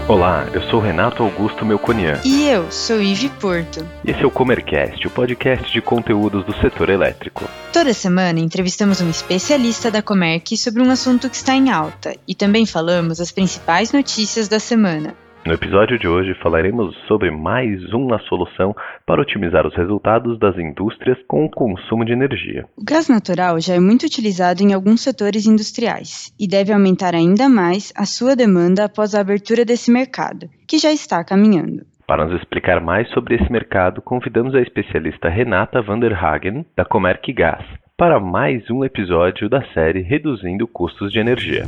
Olá, eu sou Renato Augusto Melconian. E eu sou Ive Porto. E esse é o Comercast, o podcast de conteúdos do setor elétrico. Toda semana entrevistamos um especialista da Comerc sobre um assunto que está em alta e também falamos as principais notícias da semana. No episódio de hoje falaremos sobre mais uma solução para otimizar os resultados das indústrias com o consumo de energia. O gás natural já é muito utilizado em alguns setores industriais e deve aumentar ainda mais a sua demanda após a abertura desse mercado, que já está caminhando. Para nos explicar mais sobre esse mercado, convidamos a especialista Renata van der Hagen, da Comerc Gás, para mais um episódio da série Reduzindo Custos de Energia.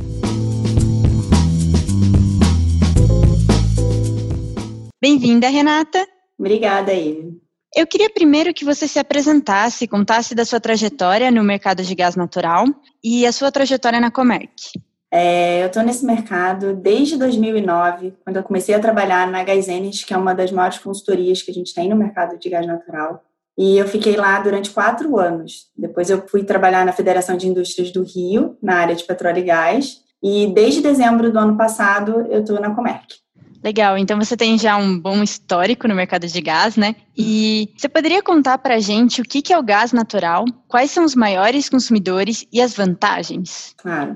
Bem-vinda, Renata. Obrigada, Ive. Eu queria primeiro que você se apresentasse, contasse da sua trajetória no mercado de gás natural e a sua trajetória na Comerc. Eu estou nesse mercado desde 2009, quando eu comecei a trabalhar na Gás Energy, que é uma das maiores consultorias que a gente tem no mercado de gás natural. E eu fiquei lá durante 4 anos. Depois eu fui trabalhar na Federação de Indústrias do Rio, na área de petróleo e gás. E desde dezembro do ano passado, eu estou na Comerc. Legal, então você tem já um bom histórico no mercado de gás, né? E você poderia contar para a gente o que é o gás natural, quais são os maiores consumidores e as vantagens? Claro.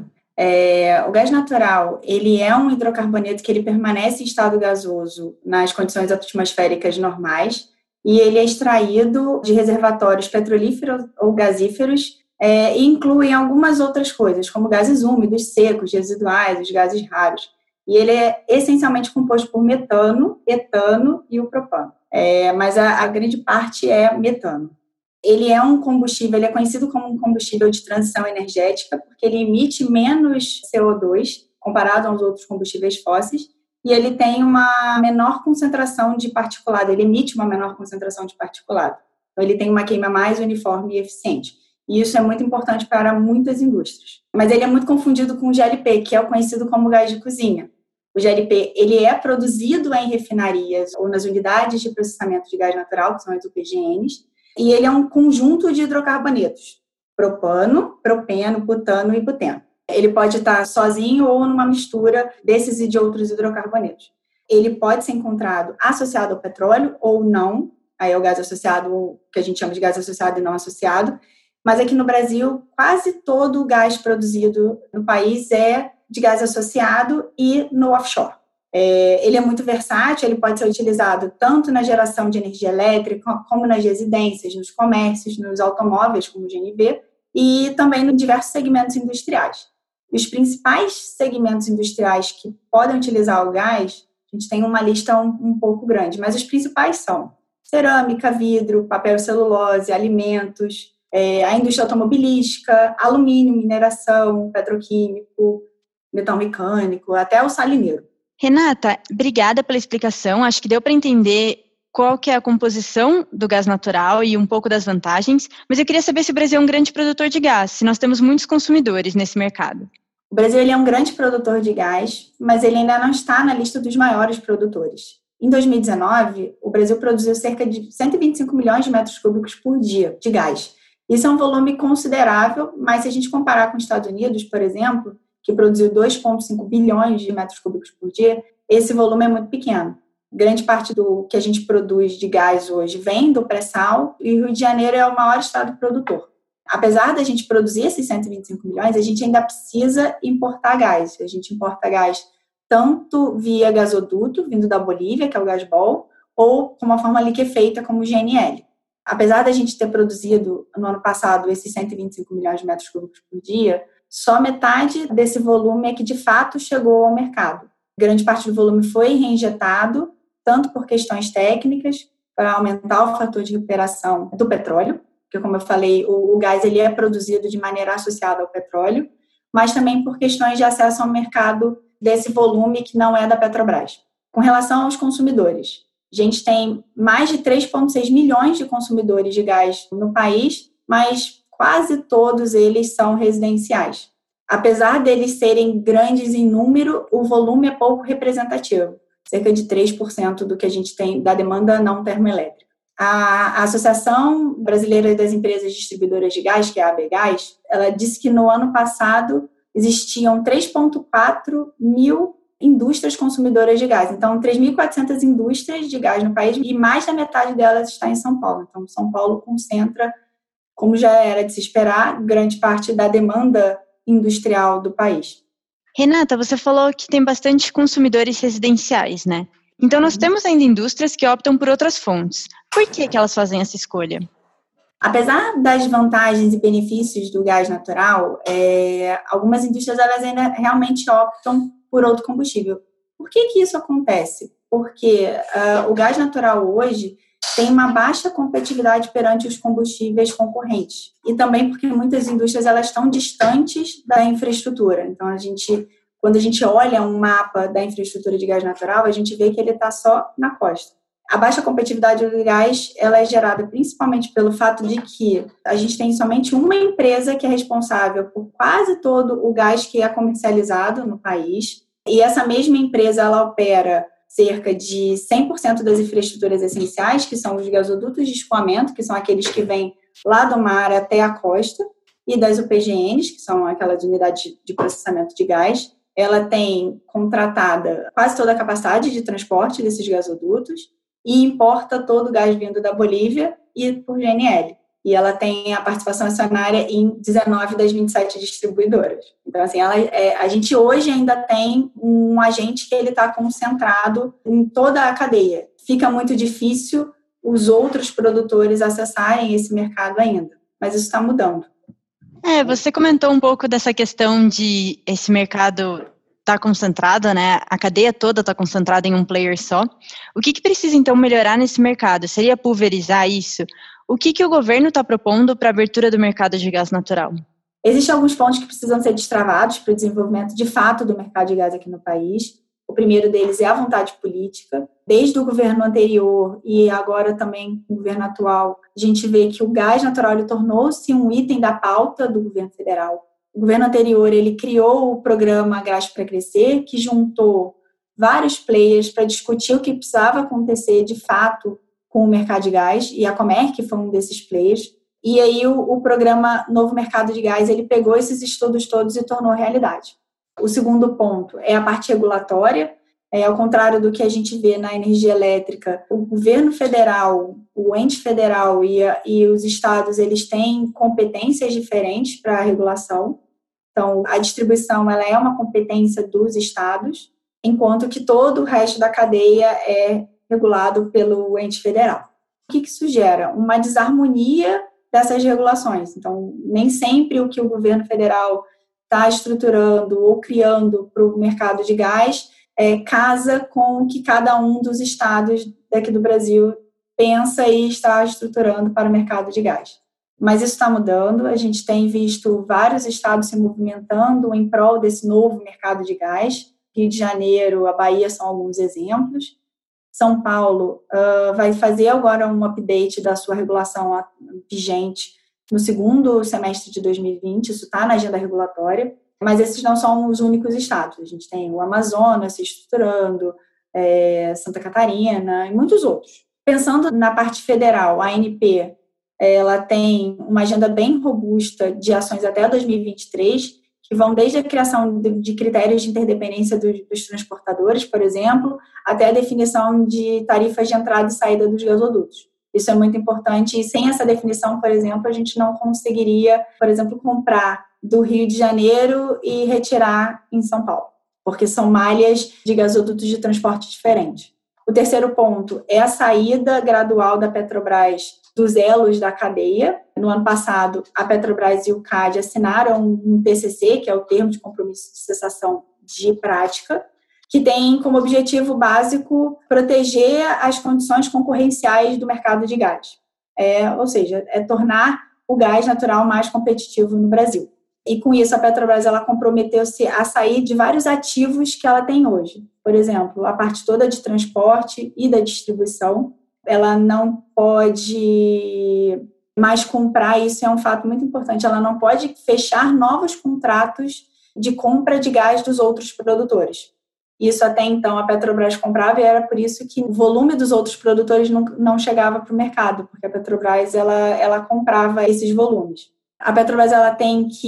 O gás natural, ele é um hidrocarboneto que ele permanece em estado gasoso nas condições atmosféricas normais e ele é extraído de reservatórios petrolíferos ou gasíferos e inclui algumas outras coisas, como gases úmidos, secos, residuais, os gases raros. E ele é essencialmente composto por metano, etano e o propano. Mas a grande parte é metano. Ele é um combustível, ele é conhecido como um combustível de transição energética, porque ele emite menos CO2 comparado aos outros combustíveis fósseis, e ele tem uma menor concentração de particulado, ele emite uma menor concentração de particulado. Então, ele tem uma queima mais uniforme e eficiente. E isso é muito importante para muitas indústrias. Mas ele é muito confundido com o GLP, que é o conhecido como gás de cozinha. O GLP, ele é produzido em refinarias ou nas unidades de processamento de gás natural, que são as UPGNs, e ele é um conjunto de hidrocarbonetos, propano, propeno, butano e buteno. Ele pode estar sozinho ou numa mistura desses e de outros hidrocarbonetos. Ele pode ser encontrado associado ao petróleo ou não, aí é o gás associado, ou que a gente chama de gás associado e não associado, mas aqui no Brasil, quase todo o gás produzido no país é de gás associado e no offshore. Ele é muito versátil, ele pode ser utilizado tanto na geração de energia elétrica, como nas residências, nos comércios, nos automóveis, como o GNV, e também em diversos segmentos industriais. Os principais segmentos industriais que podem utilizar o gás, a gente tem uma lista um pouco grande, mas os principais são cerâmica, vidro, papel e celulose, alimentos, a indústria automobilística, alumínio, mineração, petroquímico, metal mecânico, até o salineiro. Renata, obrigada pela explicação. Acho que deu para entender qual que é a composição do gás natural e um pouco das vantagens, mas eu queria saber se o Brasil é um grande produtor de gás, se nós temos muitos consumidores nesse mercado. O Brasil ele é um grande produtor de gás, mas ele ainda não está na lista dos maiores produtores. Em 2019, o Brasil produziu cerca de 125 milhões de metros cúbicos por dia de gás. Isso é um volume considerável, mas se a gente comparar com os Estados Unidos, por exemplo, que produziu 2,5 bilhões de metros cúbicos por dia, esse volume é muito pequeno. Grande parte do que a gente produz de gás hoje vem do pré-sal e o Rio de Janeiro é o maior estado produtor. Apesar da gente produzir esses 125 milhões, a gente ainda precisa importar gás. A gente importa gás tanto via gasoduto, vindo da Bolívia, que é o Gasbol, ou com uma forma liquefeita, como o GNL. Apesar da gente ter produzido no ano passado esses 125 milhões de metros cúbicos por dia, só metade desse volume é que de fato chegou ao mercado. Grande parte do volume foi reinjetado, tanto por questões técnicas, para aumentar o fator de recuperação do petróleo, porque, como eu falei, o gás ele é produzido de maneira associada ao petróleo, mas também por questões de acesso ao mercado desse volume que não é da Petrobras. Com relação aos consumidores, a gente tem mais de 3,6 milhões de consumidores de gás no país, mas quase todos eles são residenciais. Apesar deles serem grandes em número, o volume é pouco representativo, cerca de 3% do que a gente tem da demanda não termoelétrica. A Associação Brasileira das Empresas Distribuidoras de Gás, que é a ABGás, ela disse que no ano passado existiam 3,4 mil indústrias consumidoras de gás. Então, 3.400 indústrias de gás no país e mais da metade delas está em São Paulo. Então, São Paulo concentra, como já era de se esperar, grande parte da demanda industrial do país. Renata, você falou que tem bastante consumidores residenciais, né? Então, nós temos ainda indústrias que optam por outras fontes. Por que elas fazem essa escolha? Apesar das vantagens e benefícios do gás natural, algumas indústrias elas ainda realmente optam por outro combustível. Por que isso acontece? Porque o gás natural hoje tem uma baixa competitividade perante os combustíveis concorrentes. E também porque muitas indústrias elas estão distantes da infraestrutura. Então, quando a gente olha um mapa da infraestrutura de gás natural, a gente vê que ele está só na costa. A baixa competitividade do gás ela é gerada principalmente pelo fato de que a gente tem somente uma empresa que é responsável por quase todo o gás que é comercializado no país. E essa mesma empresa ela opera cerca de 100% das infraestruturas essenciais, que são os gasodutos de escoamento, que são aqueles que vêm lá do mar até a costa, e das UPGNs, que são aquelas unidades de processamento de gás. Ela tem contratada quase toda a capacidade de transporte desses gasodutos e importa todo o gás vindo da Bolívia e por GNL. E ela tem a participação acionária em 19 das 27 distribuidoras. Então, assim, a gente hoje ainda tem um agente que ele está concentrado em toda a cadeia. Fica muito difícil os outros produtores acessarem esse mercado ainda, mas isso está mudando. Você comentou um pouco dessa questão de esse mercado está concentrado, né? A cadeia toda está concentrada em um player só. O que precisa, então, melhorar nesse mercado? Seria pulverizar isso? O que o governo está propondo para a abertura do mercado de gás natural? Existem alguns pontos que precisam ser destravados para o desenvolvimento de fato do mercado de gás aqui no país. O primeiro deles é a vontade política. Desde o governo anterior e agora também o governo atual, a gente vê que o gás natural ele tornou-se um item da pauta do governo federal. O governo anterior ele criou o programa Gás para Crescer, que juntou vários players para discutir o que precisava acontecer de fato com o mercado de gás, e a Comerc foi um desses players. E aí o programa Novo Mercado de Gás, ele pegou esses estudos todos e tornou realidade. O segundo ponto é a parte regulatória. Ao contrário do que a gente vê na energia elétrica, o governo federal, o ente federal e os estados, eles têm competências diferentes para a regulação. Então, a distribuição ela é uma competência dos estados, enquanto que todo o resto da cadeia é regulado pelo ente federal. O que isso gera? Uma desarmonia dessas regulações. Então, nem sempre o que o governo federal está estruturando ou criando para o mercado de gás casa com o que cada um dos estados daqui do Brasil pensa e está estruturando para o mercado de gás. Mas isso está mudando, a gente tem visto vários estados se movimentando em prol desse novo mercado de gás. Rio de Janeiro, a Bahia são alguns exemplos. São Paulo vai fazer agora um update da sua regulação vigente no segundo semestre de 2020, isso está na agenda regulatória, mas esses não são os únicos estados. A gente tem o Amazonas se estruturando, Santa Catarina e muitos outros. Pensando na parte federal, a ANP ela tem uma agenda bem robusta de ações até 2023, que vão desde a criação de critérios de interdependência dos transportadores, por exemplo, até a definição de tarifas de entrada e saída dos gasodutos. Isso é muito importante e sem essa definição, por exemplo, a gente não conseguiria, por exemplo, comprar do Rio de Janeiro e retirar em São Paulo, porque são malhas de gasodutos de transporte diferentes. O terceiro ponto é a saída gradual da Petrobras dos elos da cadeia. No ano passado, a Petrobras e o CAD assinaram um TCC, que é o Termo de Compromisso de Cessação de Prática, que tem como objetivo básico proteger as condições concorrenciais do mercado de gás. Ou seja, tornar o gás natural mais competitivo no Brasil. E com isso, a Petrobras ela comprometeu-se a sair de vários ativos que ela tem hoje. Por exemplo, a parte toda de transporte e da distribuição. Ela não pode mais comprar, isso é um fato muito importante, ela não pode fechar novos contratos de compra de gás dos outros produtores. Isso até então a Petrobras comprava e era por isso que o volume dos outros produtores não chegava para o mercado, porque a Petrobras ela comprava esses volumes. A Petrobras ela tem que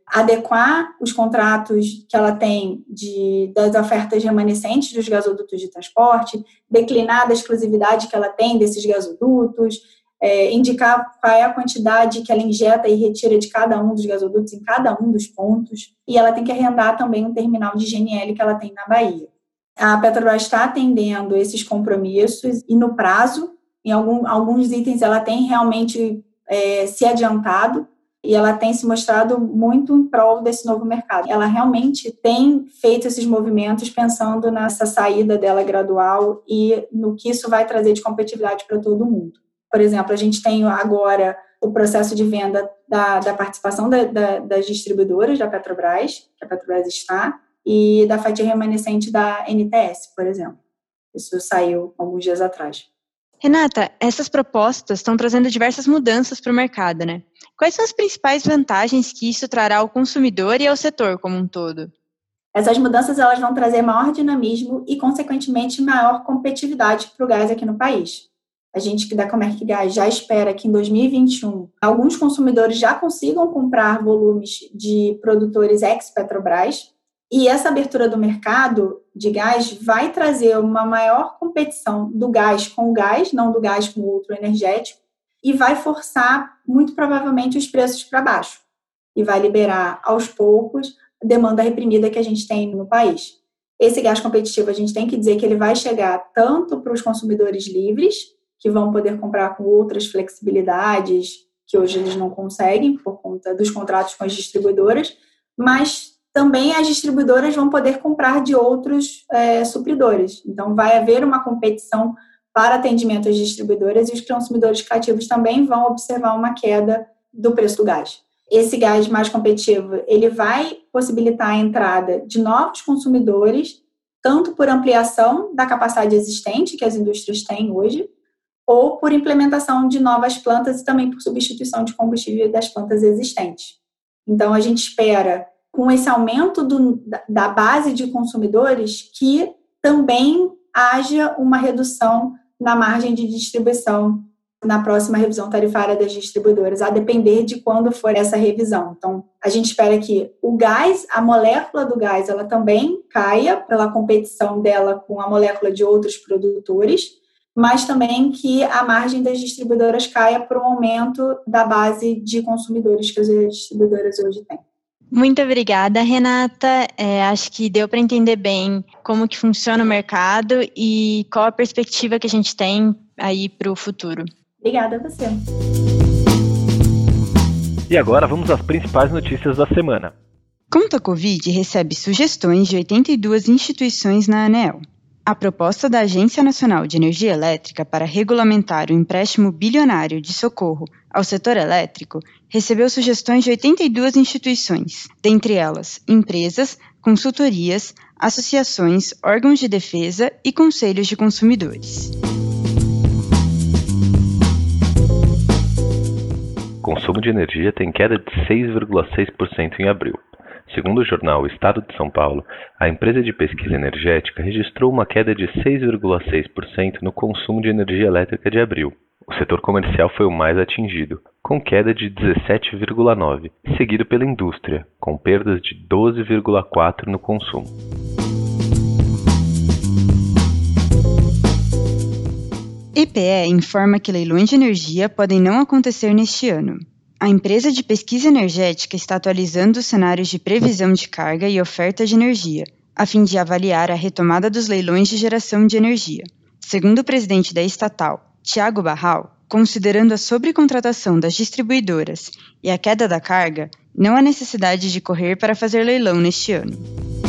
adequar os contratos que ela tem das ofertas remanescentes dos gasodutos de transporte, declinar da exclusividade que ela tem desses gasodutos, indicar qual é a quantidade que ela injeta e retira de cada um dos gasodutos em cada um dos pontos, e ela tem que arrendar também um terminal de GNL que ela tem na Bahia. A Petrobras está atendendo esses compromissos e no prazo, em alguns itens ela tem realmente se adiantado e ela tem se mostrado muito em prol desse novo mercado. Ela realmente tem feito esses movimentos pensando nessa saída dela gradual e no que isso vai trazer de competitividade para todo mundo. Por exemplo, a gente tem agora o processo de venda da participação das distribuidoras da Petrobras, que a Petrobras está, e da fatia remanescente da NTS, por exemplo. Isso saiu alguns dias atrás. Renata, essas propostas estão trazendo diversas mudanças para o mercado, né? Quais são as principais vantagens que isso trará ao consumidor e ao setor como um todo? Essas mudanças elas vão trazer maior dinamismo e, consequentemente, maior competitividade para o gás aqui no país. A gente da Comerc Gás já espera que em 2021 alguns consumidores já consigam comprar volumes de produtores ex-Petrobras, e essa abertura do mercado de gás vai trazer uma maior competição do gás com o gás, não do gás com outro energético, e vai forçar, muito provavelmente, os preços para baixo. E vai liberar, aos poucos, a demanda reprimida que a gente tem no país. Esse gás competitivo, a gente tem que dizer que ele vai chegar tanto para os consumidores livres, que vão poder comprar com outras flexibilidades que hoje eles não conseguem, por conta dos contratos com as distribuidoras, mas também as distribuidoras vão poder comprar de outros supridores. Então, vai haver uma competição para atendimento às distribuidoras e os consumidores cativos também vão observar uma queda do preço do gás. Esse gás mais competitivo, ele vai possibilitar a entrada de novos consumidores, tanto por ampliação da capacidade existente que as indústrias têm hoje, ou por implementação de novas plantas e também por substituição de combustível das plantas existentes. Então, a gente espera, com esse aumento da base de consumidores, que também haja uma redução na margem de distribuição na próxima revisão tarifária das distribuidoras, a depender de quando for essa revisão. Então, a gente espera que o gás, a molécula do gás, ela também caia pela competição dela com a molécula de outros produtores, mas também que a margem das distribuidoras caia por um aumento da base de consumidores que as distribuidoras hoje têm. Muito obrigada, Renata. Acho que deu para entender bem como que funciona o mercado e qual a perspectiva que a gente tem aí para o futuro. Obrigada a você. E agora vamos às principais notícias da semana. Conta Covid recebe sugestões de 82 instituições na ANEEL. A proposta da Agência Nacional de Energia Elétrica para regulamentar o empréstimo bilionário de socorro ao setor elétrico recebeu sugestões de 82 instituições, dentre elas empresas, consultorias, associações, órgãos de defesa e conselhos de consumidores. O consumo de energia tem queda de 6,6% em abril. Segundo o jornal Estado de São Paulo, a empresa de pesquisa energética registrou uma queda de 6,6% no consumo de energia elétrica de abril. O setor comercial foi o mais atingido, com queda de 17,9%, seguido pela indústria, com perdas de 12,4% no consumo. EPE informa que leilões de energia podem não acontecer neste ano. A empresa de pesquisa energética está atualizando os cenários de previsão de carga e oferta de energia, a fim de avaliar a retomada dos leilões de geração de energia. Segundo o presidente da estatal, Thiago Barral, considerando a sobrecontratação das distribuidoras e a queda da carga, não há necessidade de correr para fazer leilão neste ano.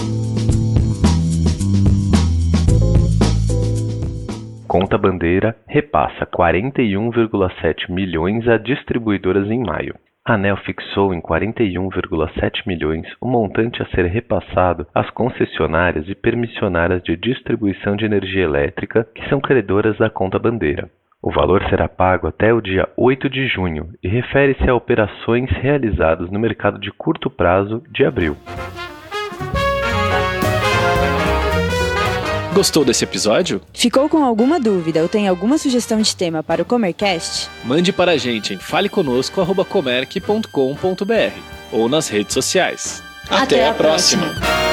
Conta Bandeira repassa 41,7 milhões a distribuidoras em maio. A ANEEL fixou em 41,7 milhões o montante a ser repassado às concessionárias e permissionárias de distribuição de energia elétrica que são credoras da Conta Bandeira. O valor será pago até o dia 8 de junho e refere-se a operações realizadas no mercado de curto prazo de abril. Gostou desse episódio? Ficou com alguma dúvida ou tem alguma sugestão de tema para o Comercast? Mande para a gente em faleconosco@comerc.com.br. ou nas redes sociais. Até a próxima!